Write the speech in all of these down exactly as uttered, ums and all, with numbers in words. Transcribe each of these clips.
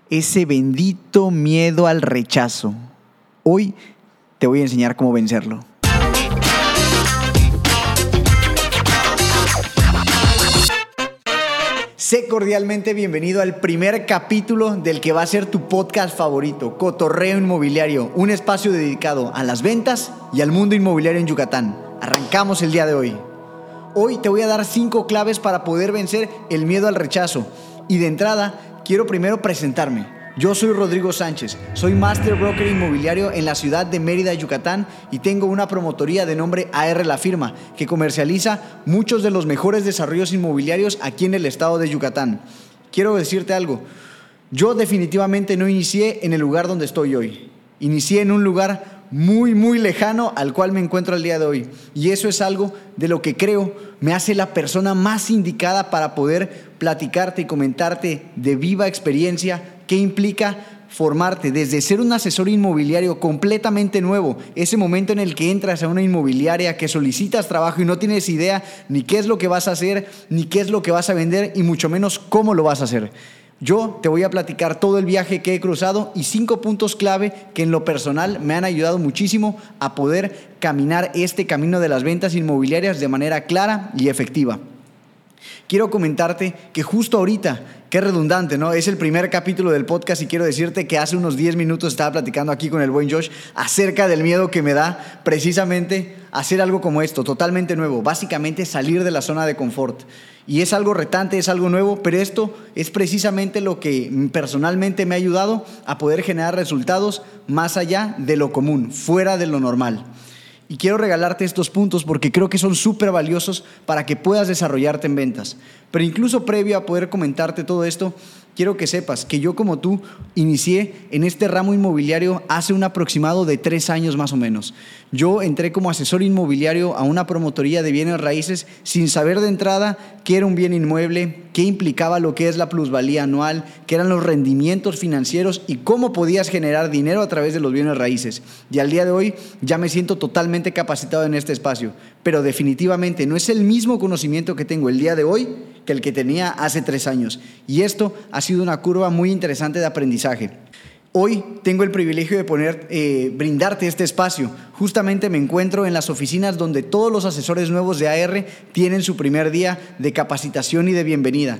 ese bendito miedo al rechazo. Hoy te voy a enseñar cómo vencerlo. Sé cordialmente bienvenido al primer capítulo del que va a ser tu podcast favorito, Cotorreo Inmobiliario, un espacio dedicado a las ventas y al mundo inmobiliario en Yucatán. Arrancamos el día de hoy. Hoy te voy a dar cinco claves para poder vencer el miedo al rechazo. Y de entrada, quiero primero presentarme. Yo soy Rodrigo Sánchez, soy Master Broker Inmobiliario en la ciudad de Mérida, Yucatán, y tengo una promotoría de nombre A R La Firma, que comercializa muchos de los mejores desarrollos inmobiliarios aquí en el estado de Yucatán. Quiero decirte algo, yo definitivamente no inicié en el lugar donde estoy hoy. Inicié en un lugar muy, muy lejano al cual me encuentro al día de hoy. Y eso es algo de lo que creo me hace la persona más indicada para poder platicarte y comentarte de viva experiencia qué implica formarte desde ser un asesor inmobiliario completamente nuevo, ese momento en el que entras a una inmobiliaria, que solicitas trabajo y no tienes idea ni qué es lo que vas a hacer, ni qué es lo que vas a vender y mucho menos cómo lo vas a hacer. Yo te voy a platicar todo el viaje que he cruzado y cinco puntos clave que en lo personal me han ayudado muchísimo a poder caminar este camino de las ventas inmobiliarias de manera clara y efectiva. Quiero comentarte que justo ahorita, qué redundante, ¿no? Es el primer capítulo del podcast y quiero decirte que hace unos diez minutos estaba platicando aquí con el buen Josh acerca del miedo que me da precisamente hacer algo como esto, totalmente nuevo, básicamente salir de la zona de confort. Y es algo retante, es algo nuevo, pero esto es precisamente lo que personalmente me ha ayudado a poder generar resultados más allá de lo común, fuera de lo normal. Y quiero regalarte estos puntos porque creo que son súper valiosos para que puedas desarrollarte en ventas. Pero incluso previo a poder comentarte todo esto, quiero que sepas que yo como tú inicié en este ramo inmobiliario hace un aproximado de tres años más o menos. Yo entré como asesor inmobiliario a una promotoría de bienes raíces sin saber de entrada qué era un bien inmueble, qué implicaba lo que es la plusvalía anual, qué eran los rendimientos financieros y cómo podías generar dinero a través de los bienes raíces. Y al día de hoy ya me siento totalmente capacitado en este espacio, pero definitivamente no es el mismo conocimiento que tengo el día de hoy que el que tenía hace tres años. Y esto ha sido una curva muy interesante de aprendizaje. Hoy tengo el privilegio de poner, eh, brindarte este espacio. Justamente me encuentro en las oficinas donde todos los asesores nuevos de A R tienen su primer día de capacitación y de bienvenida.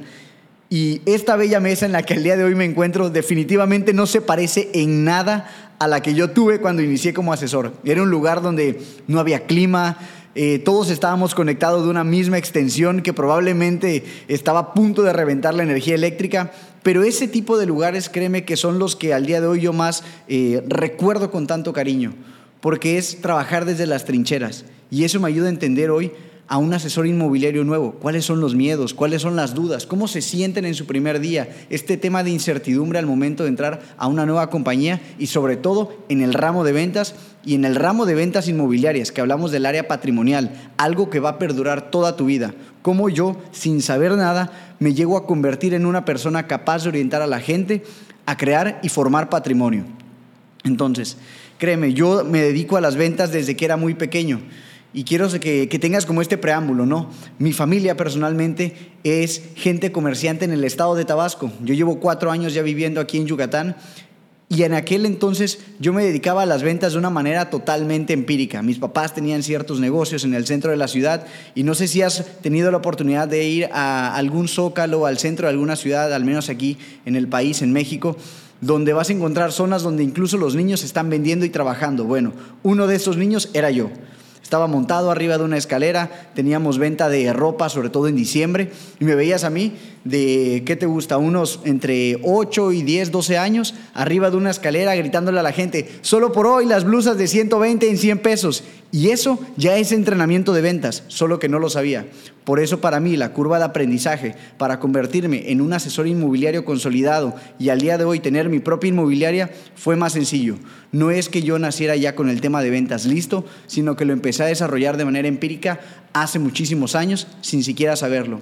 Y esta bella mesa en la que el día de hoy me encuentro definitivamente no se parece en nada a la que yo tuve cuando inicié como asesor. Era un lugar donde no había clima, eh, todos estábamos conectados de una misma extensión que probablemente estaba a punto de reventar la energía eléctrica. Pero ese tipo de lugares, créeme que son los que al día de hoy yo más eh, recuerdo con tanto cariño, porque es trabajar desde las trincheras y eso me ayuda a entender hoy a un asesor inmobiliario nuevo, cuáles son los miedos, cuáles son las dudas, cómo se sienten en su primer día, este tema de incertidumbre al momento de entrar a una nueva compañía y sobre todo en el ramo de ventas y en el ramo de ventas inmobiliarias, que hablamos del área patrimonial, algo que va a perdurar toda tu vida. Cómo yo, sin saber nada, me llego a convertir en una persona capaz de orientar a la gente a crear y formar patrimonio. Entonces, créeme, yo me dedico a las ventas desde que era muy pequeño. Y quiero que, que tengas como este preámbulo, ¿no? Mi familia personalmente es gente comerciante en el estado de Tabasco. Yo llevo cuatro años ya viviendo aquí en Yucatán y en aquel entonces yo me dedicaba a las ventas de una manera totalmente empírica. Mis papás tenían ciertos negocios en el centro de la ciudad y no sé si has tenido la oportunidad de ir a algún zócalo, al centro de alguna ciudad, al menos aquí en el país, en México, donde vas a encontrar zonas donde incluso los niños están vendiendo y trabajando. Bueno, uno de esos niños era yo. Estaba montado arriba de una escalera, teníamos venta de ropa, sobre todo en diciembre, y me veías a mí de, ¿qué te gusta? Unos entre ocho y diez, doce años, arriba de una escalera gritándole a la gente, solo por hoy las blusas de ciento veinte en cien pesos. Y eso ya es entrenamiento de ventas, solo que no lo sabía. Por eso para mí la curva de aprendizaje para convertirme en un asesor inmobiliario consolidado y al día de hoy tener mi propia inmobiliaria fue más sencillo. No es que yo naciera ya con el tema de ventas listo, sino que lo empecé a desarrollar de manera empírica hace muchísimos años sin siquiera saberlo.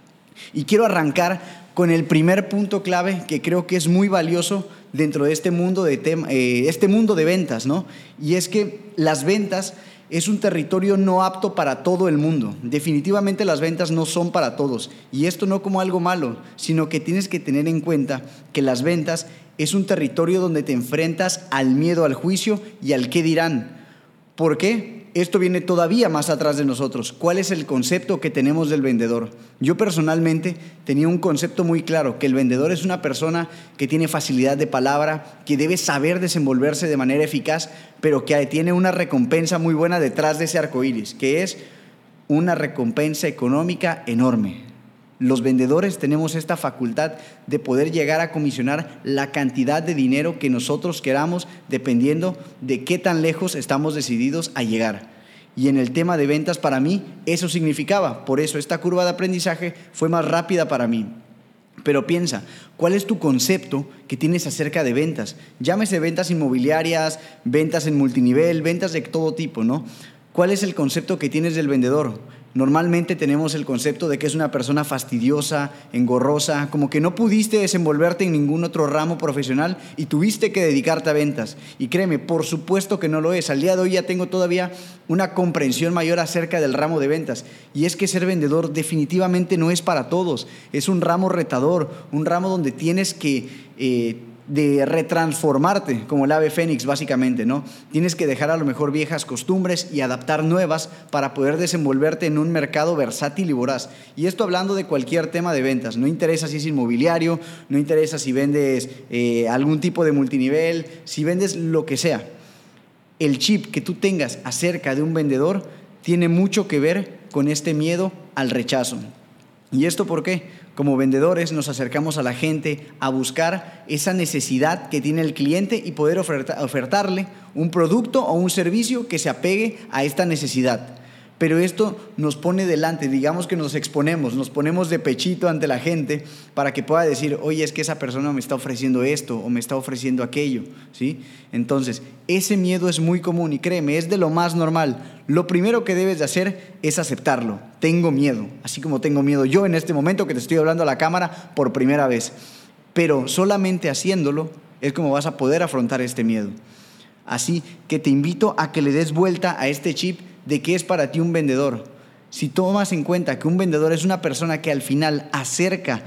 Y quiero arrancar con el primer punto clave que creo que es muy valioso dentro de este mundo de, tema, eh, este mundo de ventas, ¿no? Y es que las ventas es un territorio no apto para todo el mundo. Definitivamente las ventas no son para todos. Y esto no como algo malo, sino que tienes que tener en cuenta que las ventas es un territorio donde te enfrentas al miedo al juicio y al qué dirán. ¿Por qué? Esto viene todavía más atrás de nosotros. ¿Cuál es el concepto que tenemos del vendedor? Yo personalmente tenía un concepto muy claro, que el vendedor es una persona que tiene facilidad de palabra, que debe saber desenvolverse de manera eficaz, pero que tiene una recompensa muy buena detrás de ese arcoíris, que es una recompensa económica enorme. Los vendedores tenemos esta facultad de poder llegar a comisionar la cantidad de dinero que nosotros queramos dependiendo de qué tan lejos estamos decididos a llegar. Y en el tema de ventas, para mí, eso significaba. Por eso esta curva de aprendizaje fue más rápida para mí. Pero piensa, ¿cuál es tu concepto que tienes acerca de ventas? Llámese ventas inmobiliarias, ventas en multinivel, ventas de todo tipo, ¿no? ¿Cuál es el concepto que tienes del vendedor? Normalmente tenemos el concepto de que es una persona fastidiosa, engorrosa, como que no pudiste desenvolverte en ningún otro ramo profesional y tuviste que dedicarte a ventas. Y créeme, por supuesto que no lo es. Al día de hoy ya tengo todavía una comprensión mayor acerca del ramo de ventas. Y es que ser vendedor definitivamente no es para todos. Es un ramo retador, un ramo donde tienes que Eh, de retransformarte como el ave fénix básicamente, ¿no? Tienes que dejar a lo mejor viejas costumbres y adaptar nuevas para poder desenvolverte en un mercado versátil y voraz. Y esto hablando de cualquier tema de ventas, no interesa si es inmobiliario, no interesa si vendes eh, algún tipo de multinivel, si vendes lo que sea. El chip que tú tengas acerca de un vendedor tiene mucho que ver con este miedo al rechazo. ¿Y esto por qué? Como vendedores nos acercamos a la gente a buscar esa necesidad que tiene el cliente y poder oferta, ofertarle un producto o un servicio que se apegue a esta necesidad. Pero esto nos pone delante, digamos que nos exponemos, nos ponemos de pechito ante la gente para que pueda decir, oye, es que esa persona me está ofreciendo esto o me está ofreciendo aquello, ¿sí? Entonces, ese miedo es muy común y créeme, es de lo más normal. Lo primero que debes de hacer es aceptarlo. Tengo miedo, así como tengo miedo yo en este momento que te estoy hablando a la cámara por primera vez. Pero solamente haciéndolo es como vas a poder afrontar este miedo. Así que te invito a que le des vuelta a este chip de qué es para ti un vendedor. Si tomas en cuenta que un vendedor es una persona que al final acerca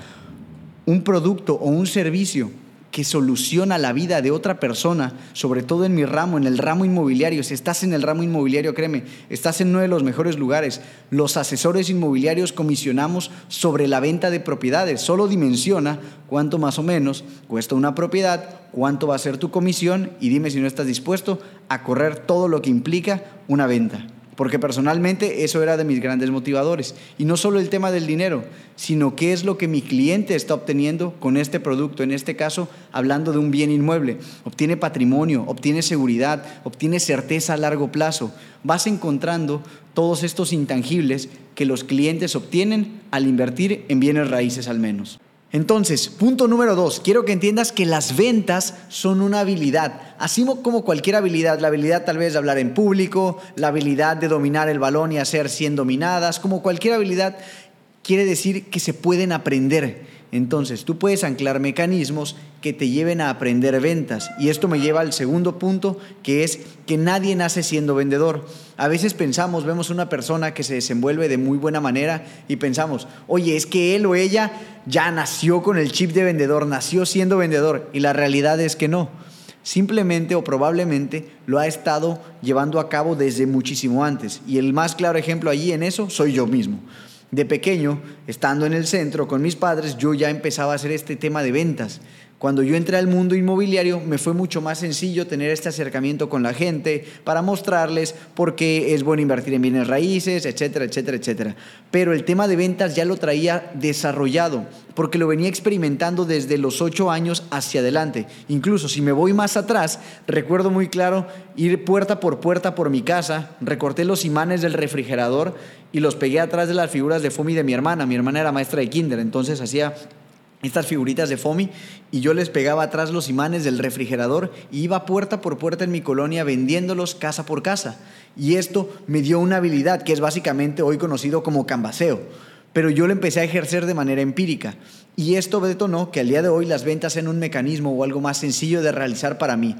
un producto o un servicio que soluciona la vida de otra persona, sobre todo en mi ramo, en el ramo inmobiliario. Si estás en el ramo inmobiliario, créeme, estás en uno de los mejores lugares. Los asesores inmobiliarios comisionamos sobre la venta de propiedades. Solo dimensiona cuánto más o menos cuesta una propiedad, cuánto va a ser tu comisión y dime si no estás dispuesto a correr todo lo que implica una venta. Porque personalmente eso era de mis grandes motivadores. Y no solo el tema del dinero, sino qué es lo que mi cliente está obteniendo con este producto. En este caso, hablando de un bien inmueble. Obtiene patrimonio, obtiene seguridad, obtiene certeza a largo plazo. Vas encontrando todos estos intangibles que los clientes obtienen al invertir en bienes raíces al menos. Entonces, punto número dos, quiero que entiendas que las ventas son una habilidad, así como cualquier habilidad, la habilidad tal vez de hablar en público, la habilidad de dominar el balón y hacer cien dominadas, como cualquier habilidad, quiere decir que se pueden aprender. Entonces, tú puedes anclar mecanismos que te lleven a aprender ventas. Y esto me lleva al segundo punto, que es que nadie nace siendo vendedor. A veces pensamos, vemos una persona que se desenvuelve de muy buena manera y pensamos, oye, es que él o ella ya nació con el chip de vendedor, nació siendo vendedor. Y la realidad es que no. Simplemente o probablemente lo ha estado llevando a cabo desde muchísimo antes. Y el más claro ejemplo allí en eso soy yo mismo. De pequeño, estando en el centro con mis padres, yo ya empezaba a hacer este tema de ventas. Cuando yo entré al mundo inmobiliario, me fue mucho más sencillo tener este acercamiento con la gente para mostrarles por qué es bueno invertir en bienes raíces, etcétera, etcétera, etcétera. Pero el tema de ventas ya lo traía desarrollado, porque lo venía experimentando desde los ocho años hacia adelante. Incluso si me voy más atrás, recuerdo muy claro ir puerta por puerta por mi casa, recorté los imanes del refrigerador y los pegué atrás de las figuras de foamy de mi hermana. Mi hermana era maestra de kinder, entonces hacía estas figuritas de foamy y yo les pegaba atrás los imanes del refrigerador y iba puerta por puerta en mi colonia vendiéndolos casa por casa. Y esto me dio una habilidad que es básicamente hoy conocido como canvaseo, pero yo lo empecé a ejercer de manera empírica. Y esto detonó que al día de hoy las ventas sean un mecanismo o algo más sencillo de realizar para mí.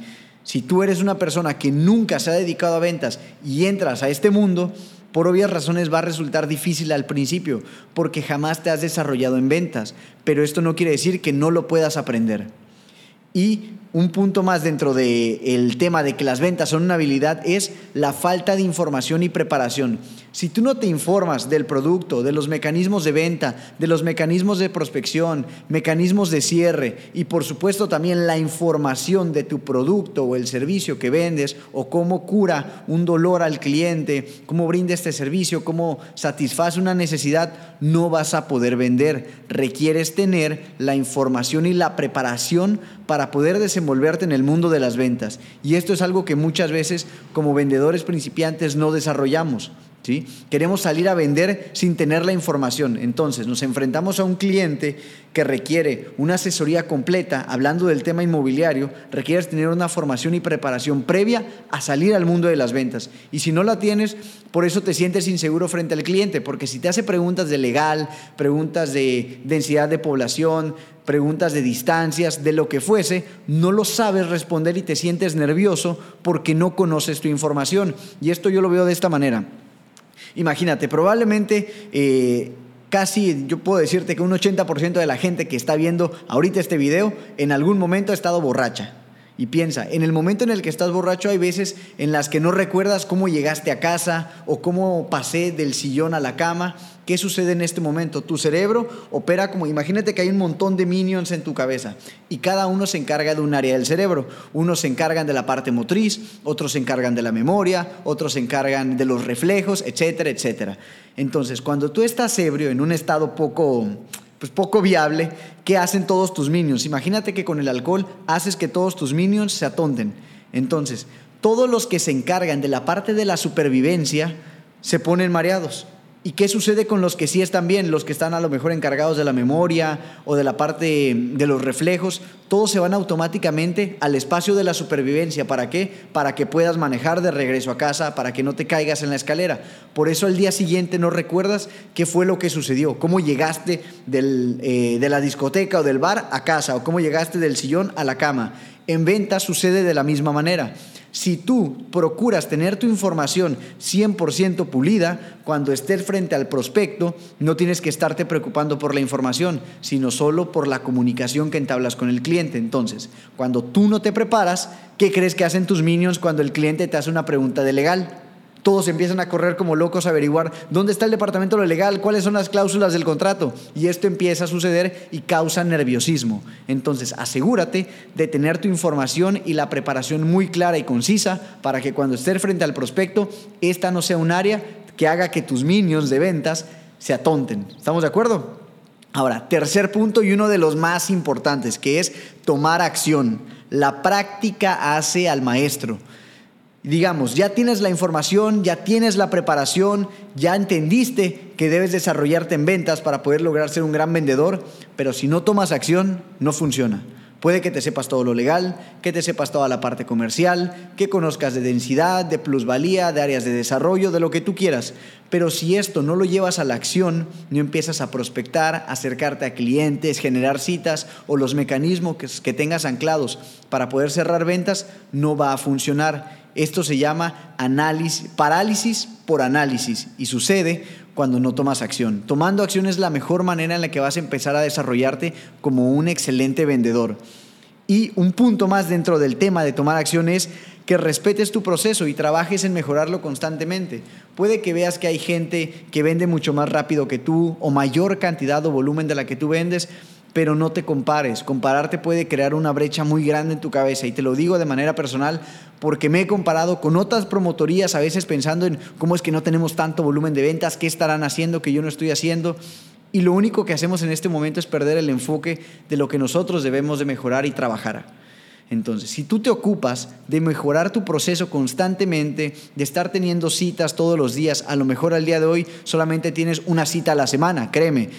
Si tú eres una persona que nunca se ha dedicado a ventas y entras a este mundo, por obvias razones va a resultar difícil al principio, porque jamás te has desarrollado en ventas, pero esto no quiere decir que no lo puedas aprender. Y un punto más dentro del tema de que las ventas son una habilidad es la falta de información y preparación. Si tú no te informas del producto, de los mecanismos de venta, de los mecanismos de prospección, mecanismos de cierre y por supuesto también la información de tu producto o el servicio que vendes o cómo cura un dolor al cliente, cómo brinda este servicio, cómo satisface una necesidad, no vas a poder vender. Requieres tener la información y la preparación para poder desenvolverte en el mundo de las ventas. Y esto es algo que muchas veces como vendedores principiantes no desarrollamos, ¿sí? Queremos salir a vender sin tener la información. Entonces nos enfrentamos a un cliente que requiere una asesoría completa. Hablando del tema inmobiliario, requieres tener una formación y preparación previa a salir al mundo de las ventas. Y si no la tienes, por eso te sientes inseguro frente al cliente, porque si te hace preguntas de legal, preguntas de densidad de población, preguntas de distancias, de lo que fuese, no lo sabes responder y te sientes nervioso porque no conoces tu información. Y esto yo lo veo de esta manera. Imagínate, probablemente eh, casi yo puedo decirte que un ochenta por ciento de la gente que está viendo ahorita este video en algún momento ha estado borracha. Y piensa, en el momento en el que estás borracho hay veces en las que no recuerdas cómo llegaste a casa o cómo pasé del sillón a la cama. ¿Qué sucede en este momento? Tu cerebro opera como, imagínate que hay un montón de minions en tu cabeza y cada uno se encarga de un área del cerebro. Unos se encargan de la parte motriz, otros se encargan de la memoria, otros se encargan de los reflejos, etcétera, etcétera. Entonces, cuando tú estás ebrio, en un estado poco... pues poco viable, ¿qué hacen todos tus minions? Imagínate que con el alcohol haces que todos tus minions se atonten. Entonces, todos los que se encargan de la parte de la supervivencia se ponen mareados. ¿Y qué sucede con los que sí están bien? Los que están a lo mejor encargados de la memoria o de la parte de los reflejos, todos se van automáticamente al espacio de la supervivencia. ¿Para qué? Para que puedas manejar de regreso a casa, para que no te caigas en la escalera. Por eso al día siguiente no recuerdas qué fue lo que sucedió, cómo llegaste del, eh, de la discoteca o del bar a casa o cómo llegaste del sillón a la cama. En ventas sucede de la misma manera. Si tú procuras tener tu información cien por ciento pulida, cuando estés frente al prospecto, no tienes que estarte preocupando por la información, sino solo por la comunicación que entablas con el cliente. Entonces, cuando tú no te preparas, ¿qué crees que hacen tus minions cuando el cliente te hace una pregunta de legal? Todos empiezan a correr como locos a averiguar dónde está el departamento de lo legal, cuáles son las cláusulas del contrato. Y esto empieza a suceder y causa nerviosismo. Entonces, asegúrate de tener tu información y la preparación muy clara y concisa para que cuando estés frente al prospecto, esta no sea un área que haga que tus minions de ventas se atonten. ¿Estamos de acuerdo? Ahora, tercer punto y uno de los más importantes, que es tomar acción. La práctica hace al maestro. Digamos, ya tienes la información, ya tienes la preparación, ya entendiste que debes desarrollarte en ventas para poder lograr ser un gran vendedor, pero si no tomas acción, no funciona. Puede que te sepas todo lo legal, que te sepas toda la parte comercial, que conozcas de densidad, de plusvalía, de áreas de desarrollo, de lo que tú quieras. Pero si esto no lo llevas a la acción, no empiezas a prospectar, acercarte a clientes, generar citas o los mecanismos que, que tengas anclados para poder cerrar ventas, no va a funcionar. Esto se llama análisis, parálisis por análisis y sucede cuando no tomas acción. Tomando acción es la mejor manera en la que vas a empezar a desarrollarte como un excelente vendedor. Y un punto más dentro del tema de tomar acción es que respetes tu proceso y trabajes en mejorarlo constantemente. Puede que veas que hay gente que vende mucho más rápido que tú o mayor cantidad o volumen de la que tú vendes, pero no te compares. Compararte puede crear una brecha muy grande en tu cabeza y te lo digo de manera personal porque me he comparado con otras promotorías a veces pensando en cómo es que no tenemos tanto volumen de ventas, qué estarán haciendo que yo no estoy haciendo, y lo único que hacemos en este momento es perder el enfoque de lo que nosotros debemos de mejorar y trabajar. Entonces, si tú te ocupas de mejorar tu proceso constantemente, de estar teniendo citas todos los días, a lo mejor al día de hoy solamente tienes una cita a la semana, créeme,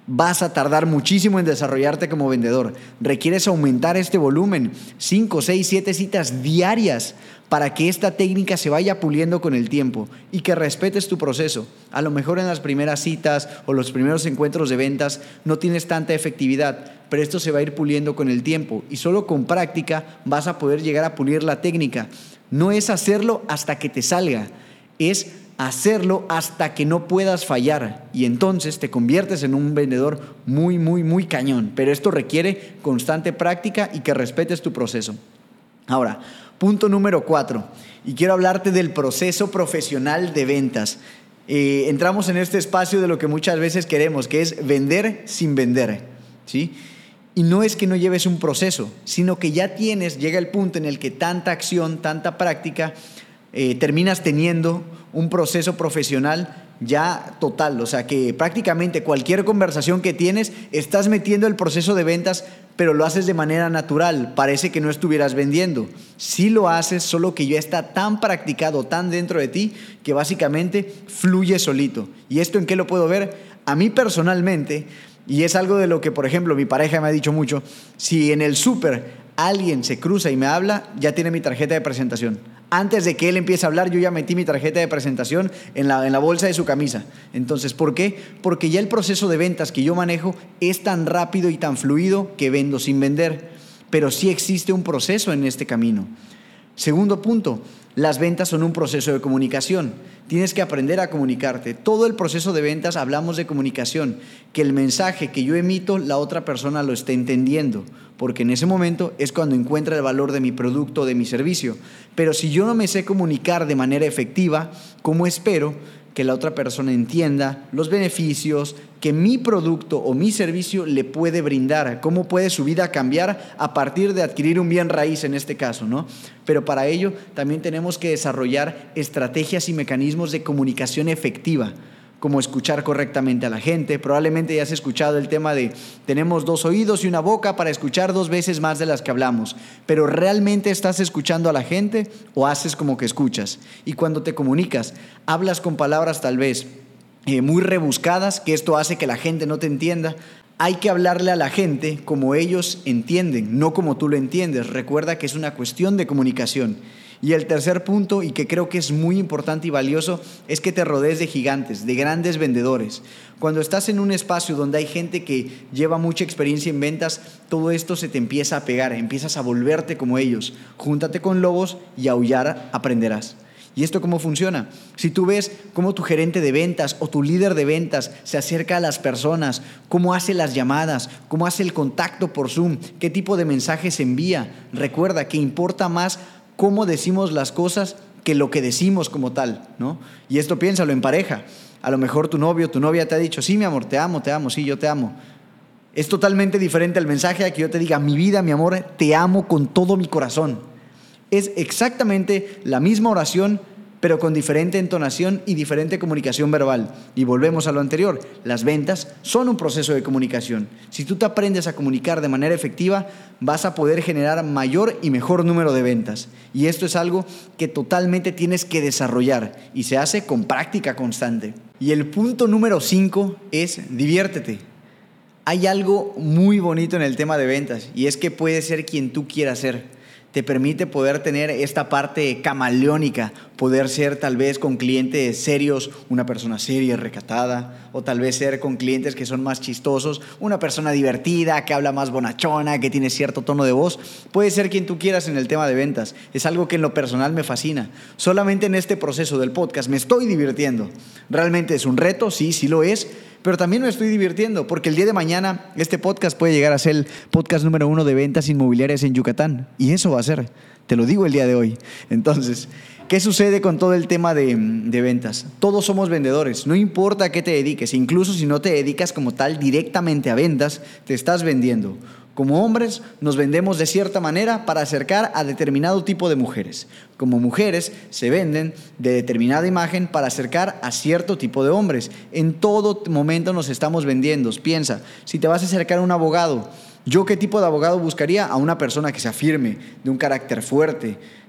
vas a tardar muchísimo en desarrollarte como vendedor. Requieres aumentar este volumen, cinco, seis, siete citas diarias para que esta técnica se vaya puliendo con el tiempo y que respetes tu proceso. A lo mejor en las primeras citas o los primeros encuentros de ventas no tienes tanta efectividad, pero esto se va a ir puliendo con el tiempo y solo con práctica vas a poder llegar a pulir la técnica. No es hacerlo hasta que te salga, es hacerlo hasta que no puedas fallar y entonces te conviertes en un vendedor muy, muy, muy cañón. Pero esto requiere constante práctica y que respetes tu proceso. Ahora, punto número cuatro, y quiero hablarte del proceso profesional de ventas. Eh, entramos en este espacio de lo que muchas veces queremos, que es vender sin vender, ¿sí? Y no es que no lleves un proceso, sino que ya tienes, llega el punto en el que tanta acción, tanta práctica, eh, terminas teniendo un proceso profesional ya total, o sea que prácticamente cualquier conversación que tienes estás metiendo el proceso de ventas, pero lo haces de manera natural, parece que no estuvieras vendiendo. Sí lo haces, solo que ya está tan practicado, tan dentro de ti, que básicamente fluye solito. ¿Y esto en qué lo puedo ver? A mí personalmente, y es algo de lo que, por ejemplo, mi pareja me ha dicho mucho, si en el súper alguien se cruza y me habla, ya tiene mi tarjeta de presentación. Antes de que él empiece a hablar, yo ya metí mi tarjeta de presentación en la, en la bolsa de su camisa. Entonces, ¿por qué? Porque ya el proceso de ventas que yo manejo es tan rápido y tan fluido que vendo sin vender. Pero sí existe un proceso en este camino. Segundo punto, las ventas son un proceso de comunicación. Tienes que aprender a comunicarte. Todo el proceso de ventas hablamos de comunicación, que el mensaje que yo emito la otra persona lo esté entendiendo, porque en ese momento es cuando encuentra el valor de mi producto o de mi servicio. Pero si yo no me sé comunicar de manera efectiva, ¿cómo espero que la otra persona entienda los beneficios que mi producto o mi servicio le puede brindar? ¿Cómo puede su vida cambiar a partir de adquirir un bien raíz en este caso, ¿no? Pero para ello también tenemos que desarrollar estrategias y mecanismos de comunicación efectiva, como escuchar correctamente a la gente. Probablemente ya has escuchado el tema de tenemos dos oídos y una boca para escuchar dos veces más de las que hablamos, pero ¿realmente estás escuchando a la gente o haces como que escuchas? Y cuando te comunicas, hablas con palabras tal vez eh, muy rebuscadas, que esto hace que la gente no te entienda. Hay que hablarle a la gente como ellos entienden, no como tú lo entiendes. Recuerda que es una cuestión de comunicación. Y el tercer punto, y que creo que es muy importante y valioso, es que te rodees de gigantes, de grandes vendedores. Cuando estás en un espacio donde hay gente que lleva mucha experiencia en ventas, todo esto se te empieza a pegar, empiezas a volverte como ellos. Júntate con lobos y aullar aprenderás. ¿Y esto cómo funciona? Si tú ves cómo tu gerente de ventas o tu líder de ventas se acerca a las personas, cómo hace las llamadas, cómo hace el contacto por Zoom, qué tipo de mensajes envía, recuerda que importa más cómo decimos las cosas que lo que decimos como tal, ¿no? Y esto piénsalo en pareja. A lo mejor tu novio, tu novia te ha dicho, sí, mi amor, te amo, te amo, sí, yo te amo. Es totalmente diferente el mensaje a que yo te diga, mi vida, mi amor, te amo con todo mi corazón. Es exactamente la misma oración, pero con diferente entonación y diferente comunicación verbal. Y volvemos a lo anterior, las ventas son un proceso de comunicación. Si tú te aprendes a comunicar de manera efectiva, vas a poder generar mayor y mejor número de ventas. Y esto es algo que totalmente tienes que desarrollar y se hace con práctica constante. Y el punto número cinco es diviértete. Hay algo muy bonito en el tema de ventas y es que puedes ser quien tú quieras ser. Te permite poder tener esta parte camaleónica, poder ser tal vez con clientes serios, una persona seria, recatada, o tal vez ser con clientes que son más chistosos, una persona divertida, que habla más bonachona, que tiene cierto tono de voz. Puedes ser quien tú quieras en el tema de ventas. Es algo que en lo personal me fascina. Solamente en este proceso del podcast me estoy divirtiendo. ¿Realmente es un reto? Sí, sí lo es. Pero también me estoy divirtiendo porque el día de mañana este podcast puede llegar a ser el podcast número uno de ventas inmobiliarias en Yucatán. Y eso va a ser, te lo digo el día de hoy. Entonces, ¿qué sucede con todo el tema de, de ventas? Todos somos vendedores, no importa a qué te dediques. Incluso si no te dedicas como tal directamente a ventas, te estás vendiendo. Como hombres nos vendemos de cierta manera para acercar a determinado tipo de mujeres. Como mujeres se venden de determinada imagen para acercar a cierto tipo de hombres. En todo momento nos estamos vendiendo. Piensa, si te vas a acercar a un abogado, ¿yo qué tipo de abogado buscaría? A una persona que sea firme, de un carácter fuerte,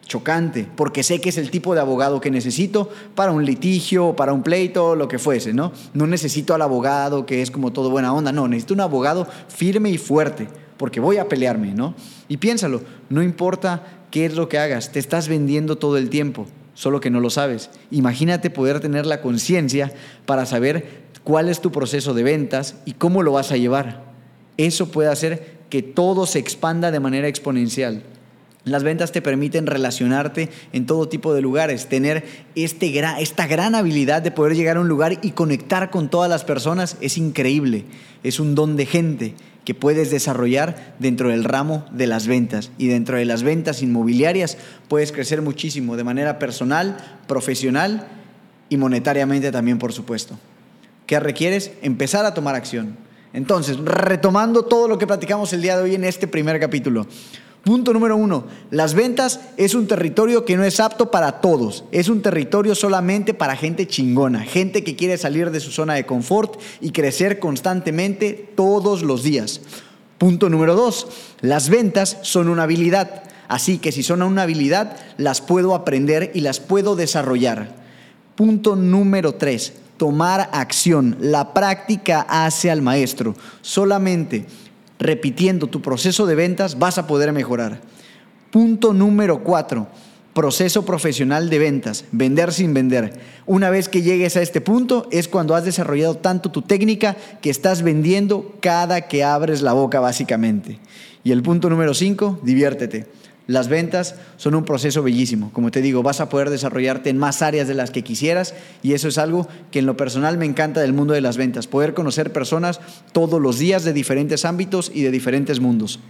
chocante, porque sé que es el tipo de abogado que necesito para un litigio, para un pleito, lo que fuese, ¿no? No necesito al abogado que es como todo buena onda, no, necesito un abogado firme y fuerte, porque voy a pelearme, ¿no? Y piénsalo, no importa qué es lo que hagas, te estás vendiendo todo el tiempo, solo que no lo sabes. Imagínate poder tener la conciencia para saber cuál es tu proceso de ventas y cómo lo vas a llevar. Eso puede hacer que todo se expanda de manera exponencial. Las ventas te permiten relacionarte en todo tipo de lugares, tener este gran, esta gran habilidad de poder llegar a un lugar y conectar con todas las personas es increíble. Es un don de gente que puedes desarrollar dentro del ramo de las ventas. Y dentro de las ventas inmobiliarias puedes crecer muchísimo de manera personal, profesional y monetariamente también, por supuesto. ¿Qué requieres? Empezar a tomar acción. Entonces, retomando todo lo que platicamos el día de hoy en este primer capítulo. Punto número uno, las ventas es un territorio que no es apto para todos, es un territorio solamente para gente chingona, gente que quiere salir de su zona de confort y crecer constantemente todos los días. Punto número dos, las ventas son una habilidad, así que si son una habilidad, las puedo aprender y las puedo desarrollar. Punto número tres, tomar acción, la práctica hace al maestro, solamente repitiendo tu proceso de ventas vas a poder mejorar. Punto número cuatro, proceso profesional de ventas, vender sin vender. Una vez que llegues a este punto es cuando has desarrollado tanto tu técnica que estás vendiendo cada que abres la boca básicamente. Y el punto número cinco, diviértete. Las ventas son un proceso bellísimo. Como te digo, vas a poder desarrollarte en más áreas de las que quisieras y eso es algo que en lo personal me encanta del mundo de las ventas. Poder conocer personas todos los días de diferentes ámbitos y de diferentes mundos.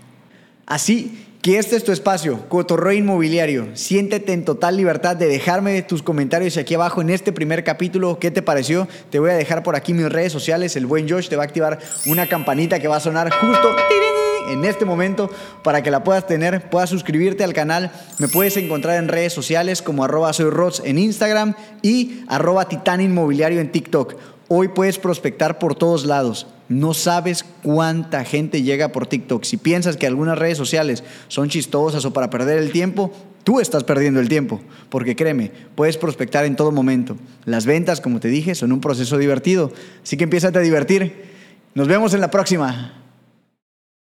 Así que este es tu espacio, Cotorreo Inmobiliario. Siéntete en total libertad de dejarme tus comentarios aquí abajo en este primer capítulo. ¿Qué te pareció? Te voy a dejar por aquí mis redes sociales. El buen Josh te va a activar una campanita que va a sonar justo en este momento para que la puedas tener, puedas suscribirte al canal. Me puedes encontrar en redes sociales como arroba soy Rods en Instagram y arroba Titán Inmobiliario en TikTok. Hoy puedes prospectar por todos lados. No sabes cuánta gente llega por TikTok. Si piensas que algunas redes sociales son chistosas o para perder el tiempo, tú estás perdiendo el tiempo. Porque créeme, puedes prospectar en todo momento. Las ventas, como te dije, son un proceso divertido. Así que empiézate a divertir. Nos vemos en la próxima.